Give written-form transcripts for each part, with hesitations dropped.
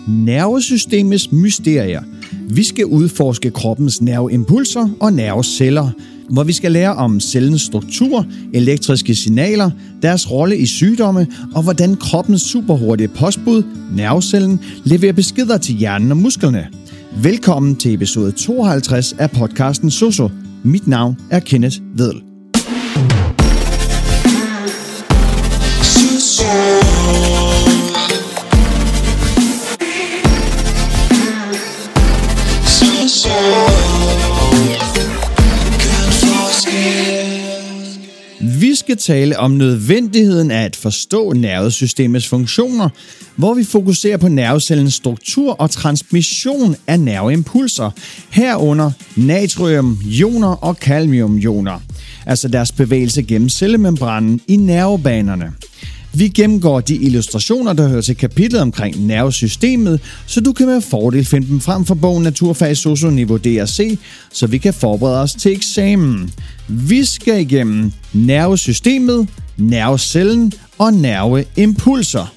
Nervesystemets mysterier. Vi skal udforske kroppens nerveimpulser og nerveceller, hvor vi skal lære om cellens struktur, elektriske signaler, deres rolle i sygdomme og hvordan kroppens superhurtige postbud, nervecellen, leverer beskeder til hjernen og musklerne. Velkommen til episode 52 af podcasten Soso. Mit navn er Kenneth Vedel. Vi skal tale om nødvendigheden af at forstå nervesystemets funktioner, hvor vi fokuserer på nervecellens struktur og transmission af nerveimpulser, herunder natriumioner og kaliumioner, altså deres bevægelse gennem cellemembranen i nervebanerne. Vi gennemgår de illustrationer, der hører til kapitlet omkring nervesystemet, så du kan med fordel finde dem frem fra bogen Naturfag Soso Niveau DRC, så vi kan forberede os til eksamen. Vi skal igennem nervesystemet, nervecellen og nerveimpulser.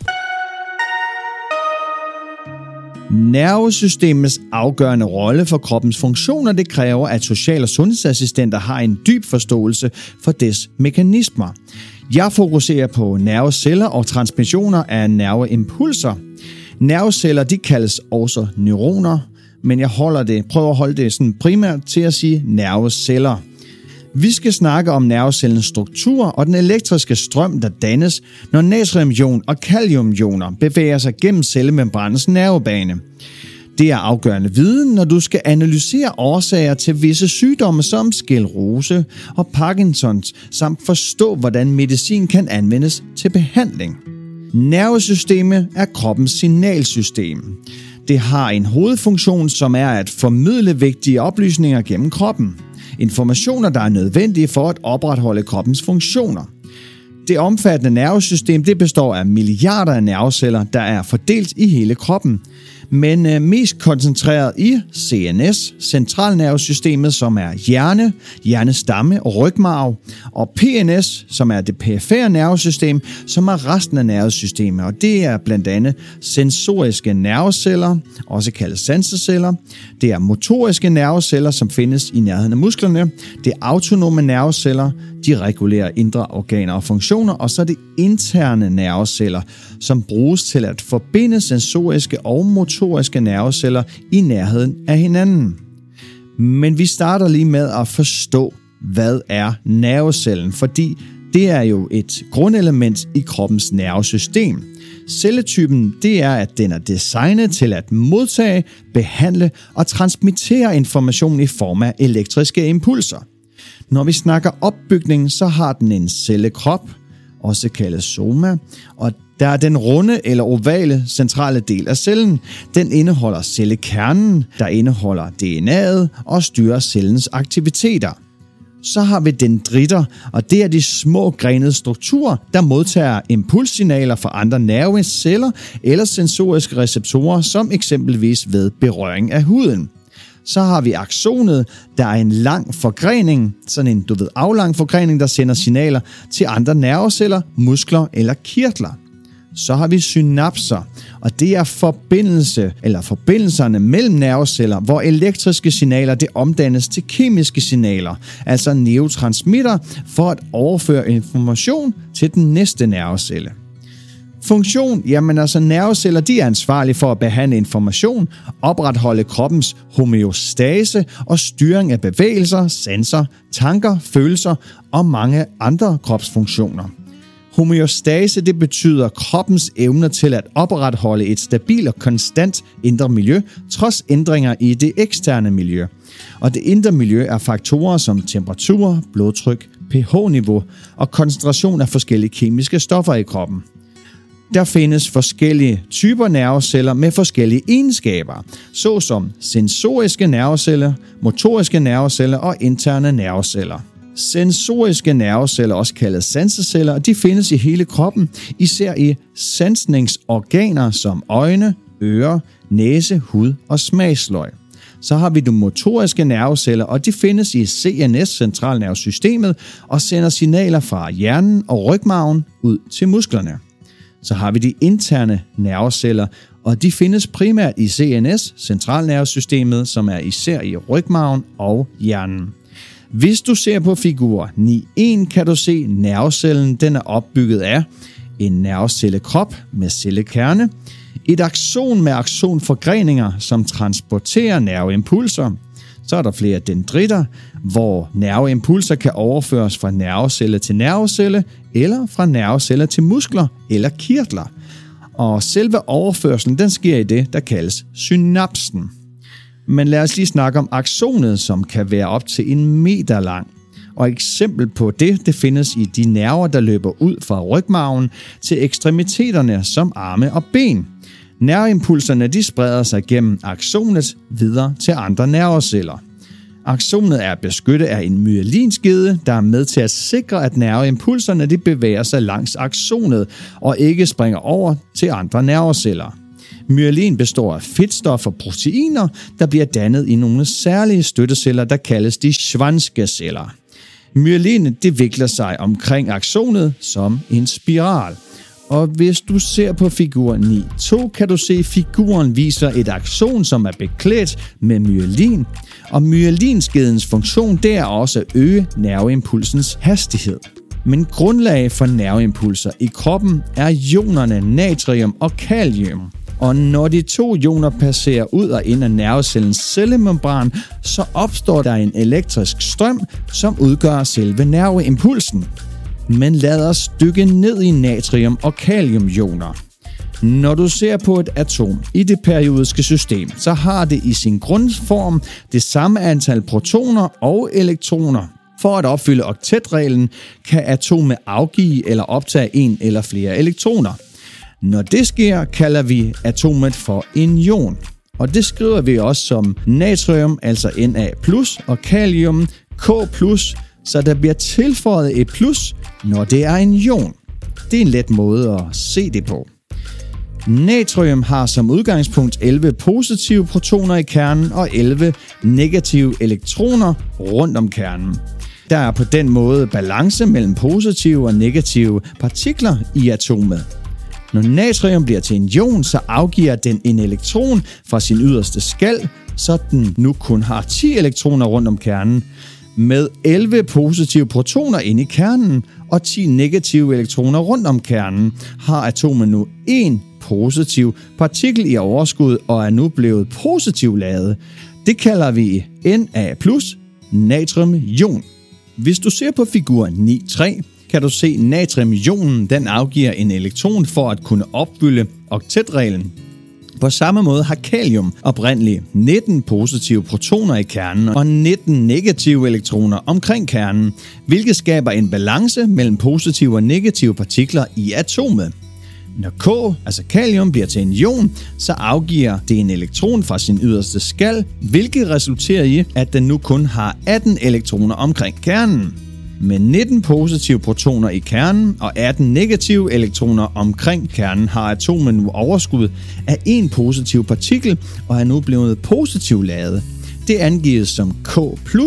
Nervesystemets afgørende rolle for kroppens funktioner, det kræver, at social- og sundhedsassistenter har en dyb forståelse for dets mekanismer. Jeg fokuserer på nerveceller og transmissioner af nerveimpulser. Nerveceller, de kaldes også neuroner, men jeg prøver at holde det sådan primært til at sige nerveceller. Vi skal snakke om nervecellens struktur og den elektriske strøm, der dannes, når natriumion og kaliumioner bevæger sig gennem cellemembranens nervebane. Det er afgørende viden, når du skal analysere årsager til visse sygdomme som sklerose og Parkinsons, samt forstå, hvordan medicin kan anvendes til behandling. Nervesystemet er kroppens signalsystem. Det har en hovedfunktion, som er at formidle vigtige oplysninger gennem kroppen. Informationer, der er nødvendige for at opretholde kroppens funktioner. Det omfattende nervesystem, det består af milliarder af nerveceller, der er fordelt i hele kroppen, men mest koncentreret i CNS, centralnervesystemet, som er hjerne, hjernestamme og rygmarv, og PNS, som er det perifere nervesystem, som er resten af nervesystemet, og det er blandt andet sensoriske nerveceller, også kaldet sanseceller, det er motoriske nerveceller, som findes i nærheden af musklerne, det er autonome nerveceller, de regulerer indre organer og funktioner, og så er det interne nerveceller, som bruges til at forbinde sensoriske og motoriske nerveceller i nærheden af hinanden. Men vi starter lige med at forstå, hvad er nervecellen, fordi det er jo et grundelement i kroppens nervesystem. Celletypen, det er, at den er designet til at modtage, behandle og transmittere information i form af elektriske impulser. Når vi snakker opbygning, så har den en cellekrop, også kaldet soma, og der er den runde eller ovale centrale del af cellen. Den indeholder cellekernen, der indeholder DNA'et og styrer cellens aktiviteter. Så har vi dendritter, og det er de små grenede strukturer, der modtager impulssignaler fra andre nerveceller eller sensoriske receptorer, som eksempelvis ved berøring af huden. Så har vi aksonet, der er en lang forgrening, sådan en aflang forgrening, der sender signaler til andre nerveceller, muskler eller kirtler. Så har vi synapser, og det er forbindelserne mellem nerveceller, hvor elektriske signaler det omdannes til kemiske signaler, altså neurotransmitter, for at overføre information til den næste nervecelle. Funktion, nerveceller de er ansvarlige for at behandle information, opretholde kroppens homeostase og styring af bevægelser, sanser, tanker, følelser og mange andre kropsfunktioner. Homeostase, det betyder kroppens evne til at opretholde et stabilt og konstant indre miljø, trods ændringer i det eksterne miljø. Og det indre miljø er faktorer som temperatur, blodtryk, pH-niveau og koncentration af forskellige kemiske stoffer i kroppen. Der findes forskellige typer nerveceller med forskellige egenskaber, såsom sensoriske nerveceller, motoriske nerveceller og interne nerveceller. Sensoriske nerveceller, også kaldet sanseceller, de findes i hele kroppen, især i sansningsorganer som øjne, ører, næse, hud og smagsløg. Så har vi de motoriske nerveceller, og de findes i CNS, centralnervesystemet, og sender signaler fra hjernen og rygmarven ud til musklerne. Så har vi de interne nerveceller, og de findes primært i CNS, centralnervesystemet, som er især i rygmarven og hjernen. Hvis du ser på figur 9.1, kan du se nervecellen. Den er opbygget af en nervecellekrop med cellekerne, et akson med aksonforgreninger, som transporterer nerveimpulser. Så er der flere dendritter, hvor nerveimpulser kan overføres fra nervecelle til nervecelle, eller fra nerveceller til muskler eller kirtler. Og selve overførslen, den sker i det, der kaldes synapsen. Men lad os lige snakke om aksonet, som kan være op til 1 meter lang. Og eksempel på det findes i de nerver, der løber ud fra rygmarven til ekstremiteterne som arme og ben. Nerveimpulserne de spreder sig gennem aksonet videre til andre nerveceller. Aksonet er beskyttet af en myelinskede, der er med til at sikre, at nerveimpulserne de bevæger sig langs aksonet og ikke springer over til andre nerveceller. Myelin består af fedtstof og proteiner, der bliver dannet i nogle særlige støtteceller, der kaldes de Schwann-celler. Myelinet det vikler sig omkring aksonet som en spiral. Og hvis du ser på figur 9.2, kan du se, at figuren viser et akson, som er beklædt med myelin. Og myelinskædens funktion det er også at øge nerveimpulsens hastighed. Men grundlag for nerveimpulser i kroppen er ionerne natrium og kalium. Og når de 2 ioner passerer ud og ind af nervecellens cellemembran, så opstår der en elektrisk strøm, som udgør selve nerveimpulsen. Men lad os dykke ned i natrium- og kaliumioner. Når du ser på et atom i det periodiske system, så har det i sin grundform det samme antal protoner og elektroner. For at opfylde oktetreglen kan atomet afgive eller optage en eller flere elektroner. Når det sker, kalder vi atomet for en ion. Og det skriver vi også som natrium, altså Na+, og kalium, K+, så der bliver tilføjet et plus, når det er en ion. Det er en let måde at se det på. Natrium har som udgangspunkt 11 positive protoner i kernen og 11 negative elektroner rundt om kernen. Der er på den måde balance mellem positive og negative partikler i atomet. Når natrium bliver til en ion, så afgiver den en elektron fra sin yderste skal, så den nu kun har 10 elektroner rundt om kernen. Med 11 positive protoner inde i kernen og 10 negative elektroner rundt om kernen, har atomet nu en positiv partikel i overskud og er nu blevet positivt ladet. Det kalder vi Na+, natriumion. Hvis du ser på figur 9.3, kan du se, at natriumionen den afgiver en elektron for at kunne opfylde oktetreglen. På samme måde har kalium oprindeligt 19 positive protoner i kernen og 19 negative elektroner omkring kernen, hvilket skaber en balance mellem positive og negative partikler i atomet. Når K, altså kalium, bliver til en ion, så afgiver det en elektron fra sin yderste skal, hvilket resulterer i, at den nu kun har 18 elektroner omkring kernen. Med 19 positive protoner i kernen og 18 negative elektroner omkring kernen har atomet nu overskud af en positiv partikel og er nu blevet positivt ladet. Det angives som K+,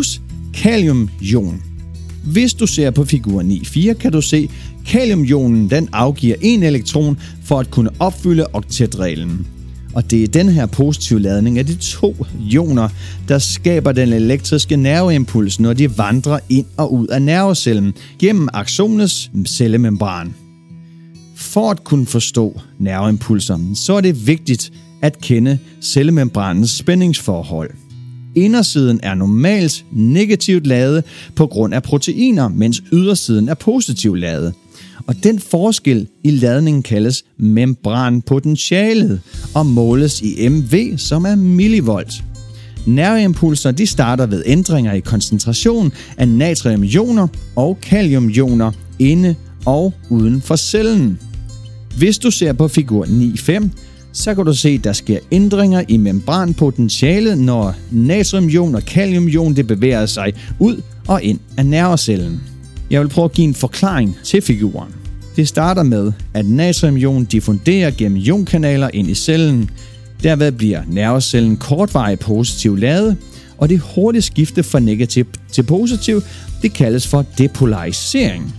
kaliumion. Hvis du ser på figur 9.4, kan du se, at kaliumionen den afgiver en elektron for at kunne opfylde oktetreglen. Og det er den her positive ladning af de 2 ioner, der skaber den elektriske nerveimpuls, når de vandrer ind og ud af nervecellen gennem axonets cellemembran. For at kunne forstå nerveimpulser, så er det vigtigt at kende cellemembranens spændingsforhold. Indersiden er normalt negativt ladet på grund af proteiner, mens ydersiden er positivt ladet. Og den forskel i ladningen kaldes membranpotentialet og måles i MV, som er millivolt. Nerveimpulser de starter ved ændringer i koncentration af natriumioner og kaliumioner inde og uden for cellen. Hvis du ser på figur 9.5, så kan du se, at der sker ændringer i membranpotentialet, når natriumion og kaliumion det bevæger sig ud og ind af nervecellen. Jeg vil prøve at give en forklaring til figuren. Det starter med, at natriumion diffunderer gennem ionkanaler ind i cellen. Derved bliver nervecellen kortvarigt positivt ladet, og det hurtige skifte fra negativ til positiv, det kaldes for depolarisering.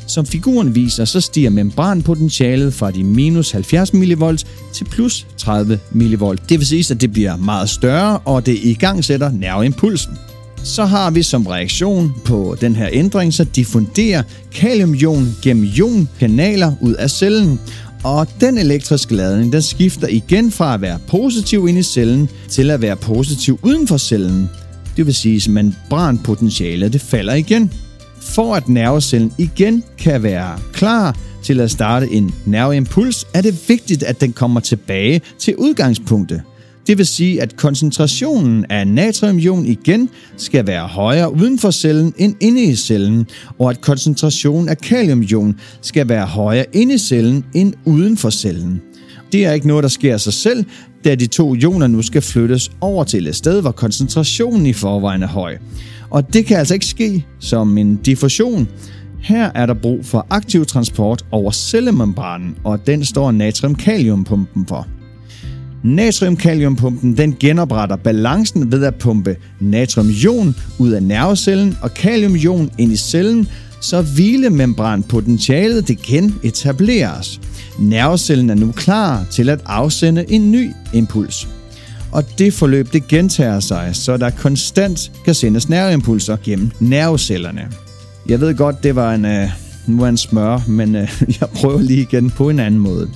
Som figuren viser, så stiger membranpotentialet fra de minus 70 mV til plus 30 mV. Det vil sige, at det bliver meget større, og det igangsætter nerveimpulsen. Så har vi som reaktion på den her ændring, så diffunderer kaliumion gennem ionkanaler ud af cellen, og den elektriske ladning, den skifter igen fra at være positiv inde i cellen til at være positiv uden for cellen. Det vil sige, at membranpotentialet det falder igen. For at nervecellen igen kan være klar til at starte en nerveimpuls, er det vigtigt, at den kommer tilbage til udgangspunktet. Det vil sige, at koncentrationen af natriumion igen skal være højere uden for cellen end inde i cellen, og at koncentrationen af kaliumion skal være højere inde i cellen end uden for cellen. Det er ikke noget, der sker af sig selv, da de to ioner nu skal flyttes over til et sted, hvor koncentrationen i forvejen er høj. Og det kan altså ikke ske som en diffusion. Her er der brug for aktiv transport over cellemembranen, og den står natrium-kaliumpumpen for. Natrium-kaliumpumpen den genopretter balancen ved at pumpe natriumion ud af nervecellen og kaliumion ind i cellen, så hvilemembranpotentialet det genetableres. Nervecellen er nu klar til at afsende en ny impuls. Og det forløb det gentager sig, så der konstant kan sendes nerveimpulser gennem nervecellerne. Jeg ved godt, det var en smør, men jeg prøver lige igen på en anden måde.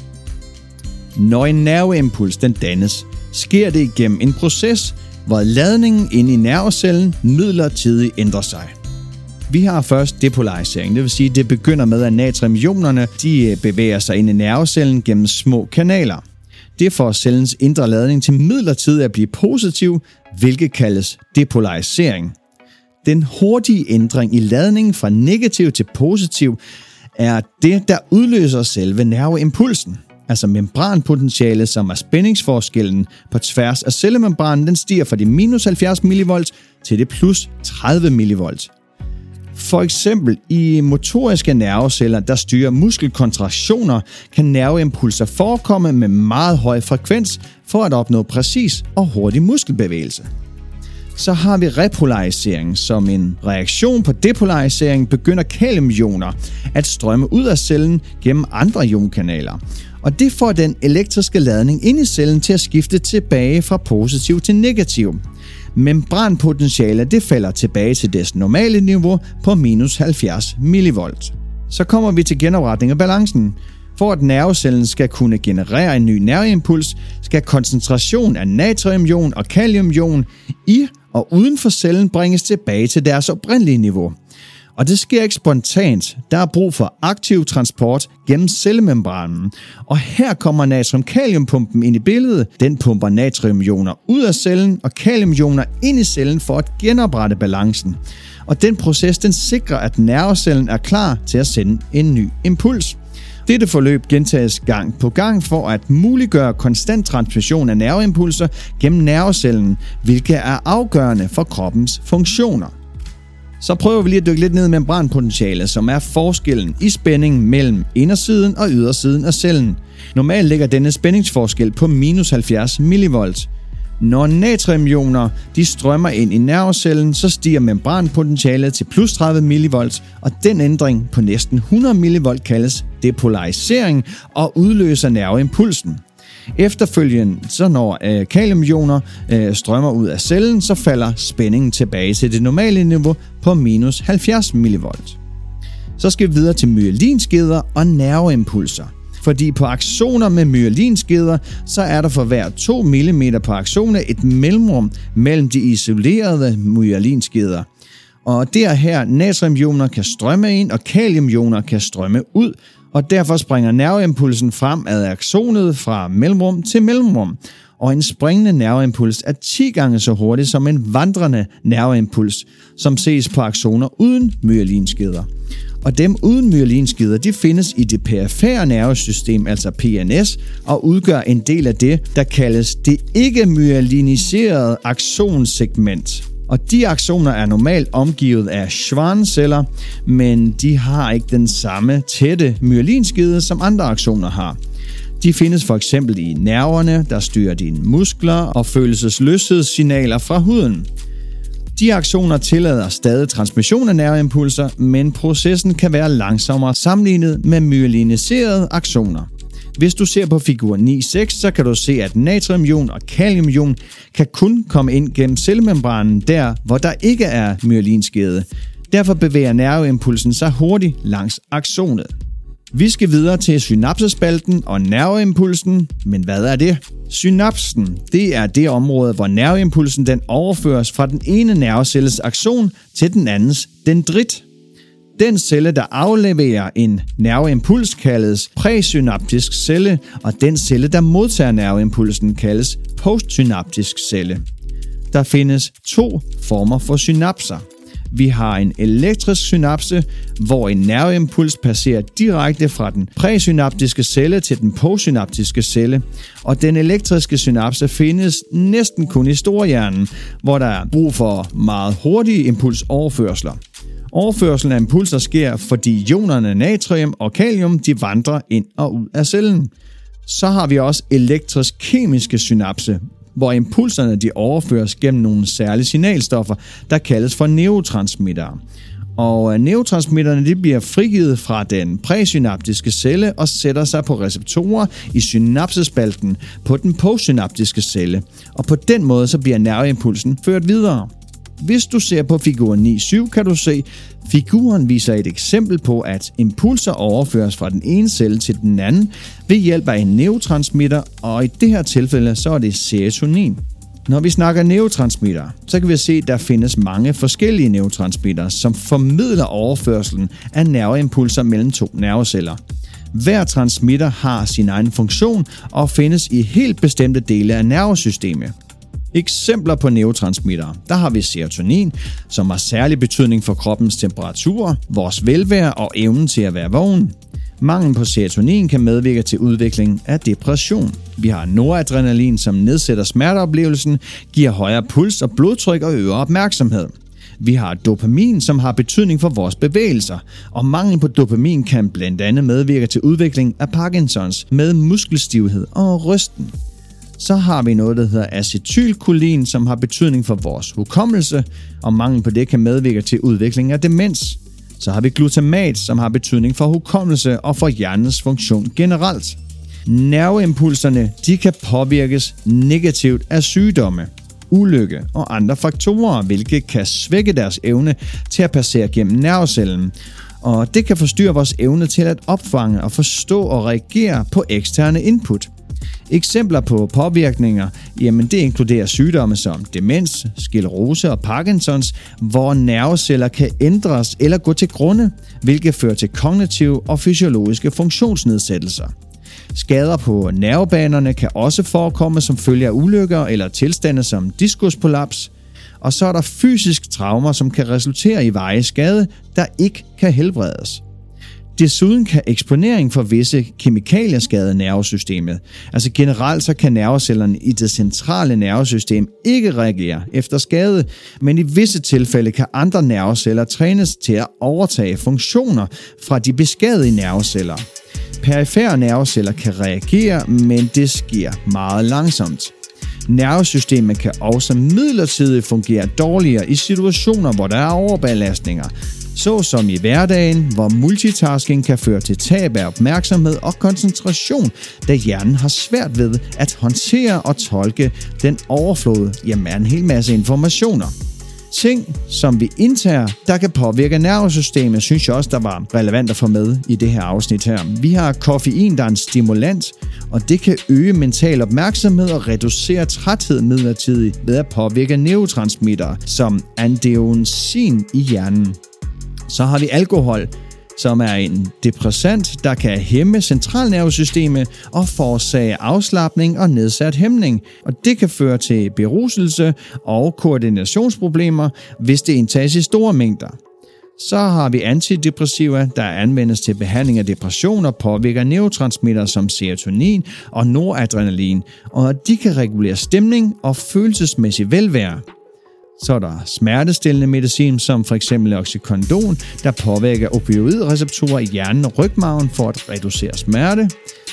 Når en nerveimpuls den dannes, sker det igennem en proces, hvor ladningen inde i nervecellen midlertidigt ændrer sig. Vi har først depolarisering, det vil sige, at det begynder med, at natriumionerne de bevæger sig ind i nervecellen gennem små kanaler. Det får cellens indre ladning til midlertidigt at blive positiv, hvilket kaldes depolarisering. Den hurtige ændring i ladningen fra negativ til positiv er det, der udløser selve nerveimpulsen. Altså membranpotentialet, som er spændingsforskellen på tværs af cellemembranen, den stiger fra de minus 70 mV til det plus 30 mV. For eksempel i motoriske nerveceller, der styrer muskelkontraktioner, kan nerveimpulser forekomme med meget høj frekvens for at opnå præcis og hurtig muskelbevægelse. Så har vi repolarisering. Som en reaktion på depolarisering begynder kaliumioner at strømme ud af cellen gennem andre ionkanaler. Og det får den elektriske ladning ind i cellen til at skifte tilbage fra positiv til negativ. Membranpotentialet det falder tilbage til dets normale niveau på minus 70 mV. Så kommer vi til genopretning af balancen. For at nervecellen skal kunne generere en ny nerveimpuls, skal koncentrationen af natriumion og kaliumion i og uden for cellen bringes tilbage til deres oprindelige niveau. Og det sker ikke spontant. Der er brug for aktiv transport gennem cellemembranen. Og her kommer natrium-kaliumpumpen ind i billedet. Den pumper natriumioner ud af cellen og kaliumioner ind i cellen for at genoprette balancen. Og den proces den sikrer, at nervecellen er klar til at sende en ny impuls. Dette forløb gentages gang på gang for at muliggøre konstant transmission af nerveimpulser gennem nervecellen, hvilket er afgørende for kroppens funktioner. Så prøver vi lige at dykke lidt ned i membranpotentialet, som er forskellen i spændingen mellem indersiden og ydersiden af cellen. Normalt ligger denne spændingsforskel på minus 70 mV. Når natriumioner de strømmer ind i nervecellen, så stiger membranpotentialet til plus 30 mV, og den ændring på næsten 100 mV kaldes depolarisering og udløser nerveimpulsen. Efterfølgende, så når kaliumioner strømmer ud af cellen, så falder spændingen tilbage til det normale niveau på minus 70 mV. Så skal vi videre til myelinskeder og nerveimpulser. Fordi på aksoner med myelinskeder, så er der for hver 2 mm på aksoner et mellemrum mellem de isolerede myelinskeder. Og det er her natriumioner kan strømme ind, og kaliumioner kan strømme ud, og derfor springer nerveimpulsen frem ad aksonet fra mellemrum til mellemrum. Og en springende nerveimpuls er 10 gange så hurtig som en vandrende nerveimpuls, som ses på aksoner uden myelinskeder. Og dem uden myelinskeder, de findes i det perifære nervesystem, altså PNS, og udgør en del af det, der kaldes det ikke-myeliniserede axonsegment. Og de aksoner er normalt omgivet af Schwann-celler, men de har ikke den samme tætte myelinskede, som andre aksoner har. De findes for eksempel i nerverne, der styrer dine muskler og følelsesløshedssignaler fra huden. De aksoner tillader stadig transmission af nerveimpulser, men processen kan være langsommere sammenlignet med myeliniserede aksoner. Hvis du ser på figur 9.6, så kan du se, at natriumion og kaliumion kan kun komme ind gennem cellemembranen der, hvor der ikke er myelinskede. Derfor bevæger nerveimpulsen sig hurtigt langs aksonet. Vi skal videre til synapsespalten og nerveimpulsen, men hvad er det? Synapsen, det er det område, hvor nerveimpulsen den overføres fra den ene nervecelles akson til den andens dendrit. Den celle, der afleverer en nerveimpuls, kaldes præsynaptisk celle, og den celle, der modtager nerveimpulsen, kaldes postsynaptisk celle. Der findes 2 former for synapser. Vi har en elektrisk synapse, hvor en nerveimpuls passerer direkte fra den præsynaptiske celle til den postsynaptiske celle, og den elektriske synapse findes næsten kun i storhjernen, hvor der er brug for meget hurtige impulsoverførsler. Overførslen af impulser sker, fordi ionerne natrium og kalium de vandrer ind og ud af cellen. Så har vi også elektrisk-kemiske synapse, hvor impulserne de overføres gennem nogle særlige signalstoffer, der kaldes for neurotransmittere. Og neurotransmitterne de bliver frigivet fra den præsynaptiske celle og sætter sig på receptorer i synapsespalten på den postsynaptiske celle. Og på den måde så bliver nerveimpulsen ført videre. Hvis du ser på figur 9.7, kan du se, at figuren viser et eksempel på, at impulser overføres fra den ene celle til den anden ved hjælp af en neurotransmitter, og i det her tilfælde så er det serotonin. Når vi snakker neurotransmitter, så kan vi se, at der findes mange forskellige neurotransmitter, som formidler overførselen af nerveimpulser mellem 2 nerveceller. Hver transmitter har sin egen funktion og findes i helt bestemte dele af nervesystemet. Eksempler på neurotransmittere. Der har vi serotonin, som har særlig betydning for kroppens temperatur, vores velvære og evnen til at være vågen. Mangel på serotonin kan medvirke til udvikling af depression. Vi har noradrenalin, som nedsætter smerteoplevelsen, giver højere puls og blodtryk og øger opmærksomhed. Vi har dopamin, som har betydning for vores bevægelser, og mangel på dopamin kan blandt andet medvirke til udvikling af Parkinsons med muskelstivhed og rysten. Så har vi noget, der hedder acetylkolin, som har betydning for vores hukommelse, og mangel på det kan medvirke til udvikling af demens. Så har vi glutamat, som har betydning for hukommelse og for hjernens funktion generelt. Nerveimpulserne de kan påvirkes negativt af sygdomme, ulykke og andre faktorer, hvilket kan svække deres evne til at passere gennem nervecellen. Og det kan forstyrre vores evne til at opfange og forstå og reagere på eksterne input. Eksempler på påvirkninger, jamen det inkluderer sygdomme som demens, sklerose og Parkinsons, hvor nerveceller kan ændres eller gå til grunde, hvilket fører til kognitive og fysiologiske funktionsnedsættelser. Skader på nervebanerne kan også forekomme som følge af ulykker eller tilstande som diskusprolaps. Og så er der fysisk traumer, som kan resultere i varig skade, der ikke kan helbredes. Desuden kan eksponering for visse kemikalier skade nervesystemet. Altså generelt så kan nervecellerne i det centrale nervesystem ikke reagere efter skade, men i visse tilfælde kan andre nerveceller trænes til at overtage funktioner fra de beskadigede nerveceller. Perifere nerveceller kan reagere, men det sker meget langsomt. Nervesystemet kan også midlertidigt fungere dårligere i situationer, hvor der er overbelastninger, såsom i hverdagen, hvor multitasking kan føre til tab af opmærksomhed og koncentration, da hjernen har svært ved at håndtere og tolke den overflod af en hel masse informationer. Ting, som vi indtager, der kan påvirke nervesystemet, synes jeg også, der var relevant at få med i det her afsnit her. Vi har koffein, der er en stimulant, og det kan øge mental opmærksomhed og reducere træthed midlertidigt ved at påvirke neurotransmittere som andenosin i hjernen. Så har vi alkohol, som er en depressant, der kan hæmme centralnervesystemet og forårsage afslapning og nedsat hæmning. Og det kan føre til beruselse og koordinationsproblemer, hvis det indtages i store mængder. Så har vi antidepressiva, der anvendes til behandling af depression og påvirker neurotransmitter som serotonin og noradrenalin, og de kan regulere stemning og følelsesmæssig velvære. Så er der smertestillende medicin, som f.eks. oxycodon, der påvirker opioidreceptorer i hjernen og rygmarven for at reducere smerte.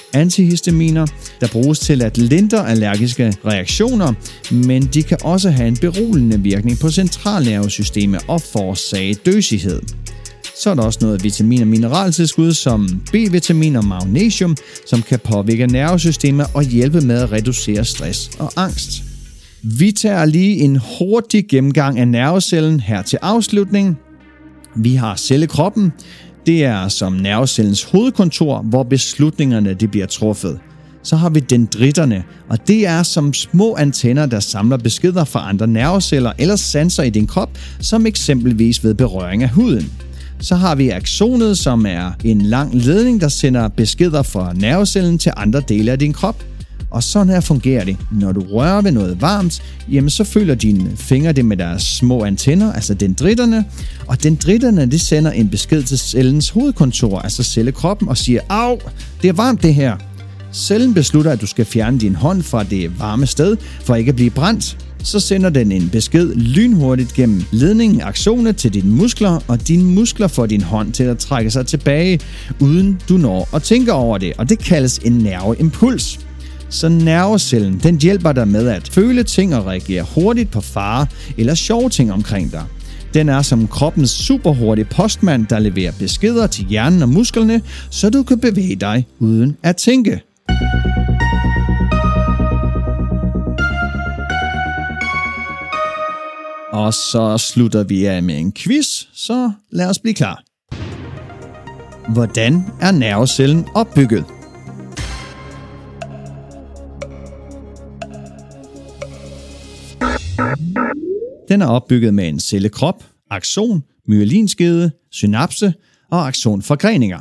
antihistaminer, der bruges til at lindre allergiske reaktioner, men de kan også have en beroligende virkning på centralnervesystemet og forårsage døsighed. Så er der også noget vitamin- og mineraltilskud som B-vitamin og magnesium, som kan påvirke nervesystemet og hjælpe med at reducere stress og angst. Vi tager lige en hurtig gennemgang af nervecellen her til afslutning. Vi har cellekroppen. Det er som nervecellens hovedkontor, hvor beslutningerne de bliver truffet. Så har vi dendritterne, og det er som små antenner, der samler beskeder fra andre nerveceller eller sanser i din krop, som eksempelvis ved berøring af huden. Så har vi aksonet, som er en lang ledning, der sender beskeder fra nervecellen til andre dele af din krop. Og sådan her fungerer det. Når du rører ved noget varmt, jamen så føler dine fingre det med deres små antenner, altså dendritterne. Og dendritterne, det sender en besked til cellens hovedkontor, altså cellekroppen, og siger, au, det er varmt det her. Cellen beslutter, at du skal fjerne din hånd fra det varme sted, for ikke at blive brændt. Så sender den en besked lynhurtigt gennem ledningen aksonet til dine muskler, og dine muskler får din hånd til at trække sig tilbage, uden du når at tænke over det, og det kaldes en nerveimpuls. Så nervecellen, den hjælper dig med at føle ting og reagere hurtigt på fare eller sjove ting omkring dig. Den er som kroppens superhurtige postmand, der leverer beskeder til hjernen og musklerne, så du kan bevæge dig uden at tænke. Og så slutter vi af med en quiz, så lad os blive klar. Hvordan er nervecellen opbygget? Den er opbygget med en cellekrop, akson, myelinskede, synapse og aksonforgreninger.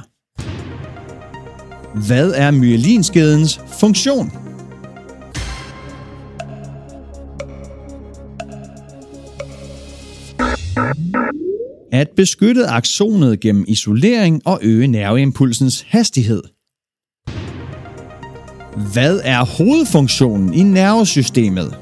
Hvad er myelinskædens funktion? At beskytte aksonet gennem isolering og øge nerveimpulsens hastighed. Hvad er hovedfunktionen i nervesystemet?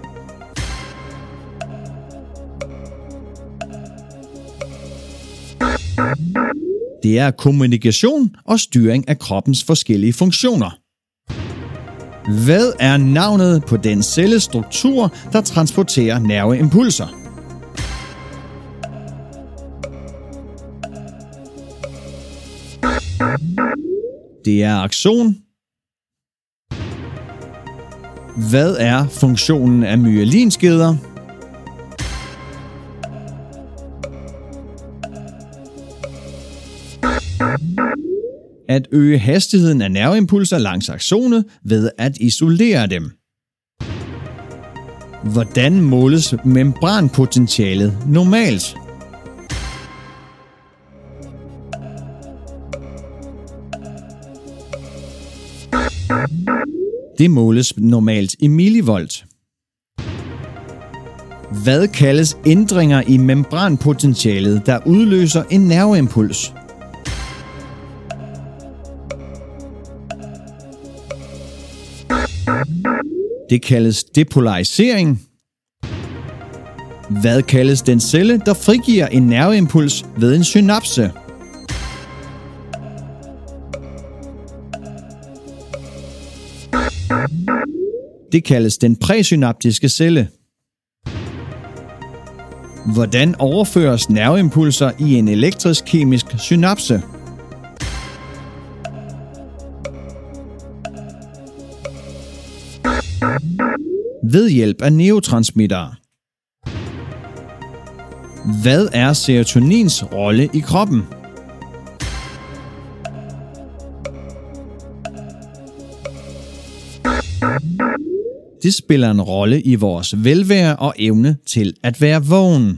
Det er kommunikation og styring af kroppens forskellige funktioner. Hvad er navnet på den cellestruktur, der transporterer nerveimpulser? Det er akson. Hvad er funktionen af myelinskeder? At øge hastigheden af nerveimpulser langs aksonet ved at isolere dem. Hvordan måles membranpotentialet normalt? Det måles normalt i millivolt. Hvad kaldes ændringer i membranpotentialet, der udløser en nerveimpuls? Det kaldes depolarisering. Hvad kaldes den celle, der frigiver en nerveimpuls ved en synapse? Det kaldes den præsynaptiske celle. Hvordan overføres nerveimpulser i en elektrisk-kemisk synapse? Ved hjælp af neurotransmittere. Hvad er serotonins rolle i kroppen? Det spiller en rolle i vores velvære og evne til at være vågen.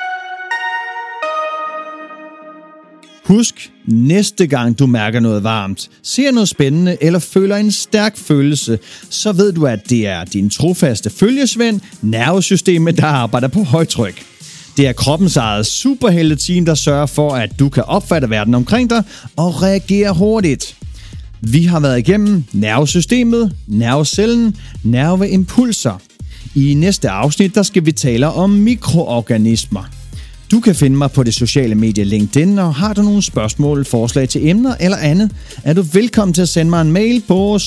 Husk, næste gang du mærker noget varmt, ser noget spændende eller føler en stærk følelse, så ved du, at det er din trofaste følgesvend, nervesystemet, der arbejder på højtryk. Det er kroppens eget superhelteteam, der sørger for, at du kan opfatte verden omkring dig og reagere hurtigt. Vi har været igennem nervesystemet, nervecellen, nerveimpulser. I næste afsnit der skal vi tale om mikroorganismer. Du kan finde mig på det sociale medie LinkedIn, og har du nogle spørgsmål, forslag til emner eller andet, er du velkommen til at sende mig en mail på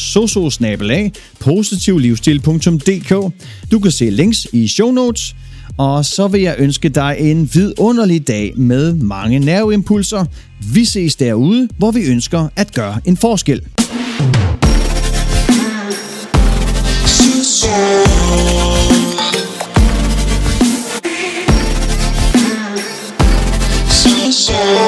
soso@positivlivsstil.dk. Du kan se links i show notes, og så vil jeg ønske dig en vidunderlig dag med mange nerveimpulser. Vi ses derude, hvor vi ønsker at gøre en forskel. So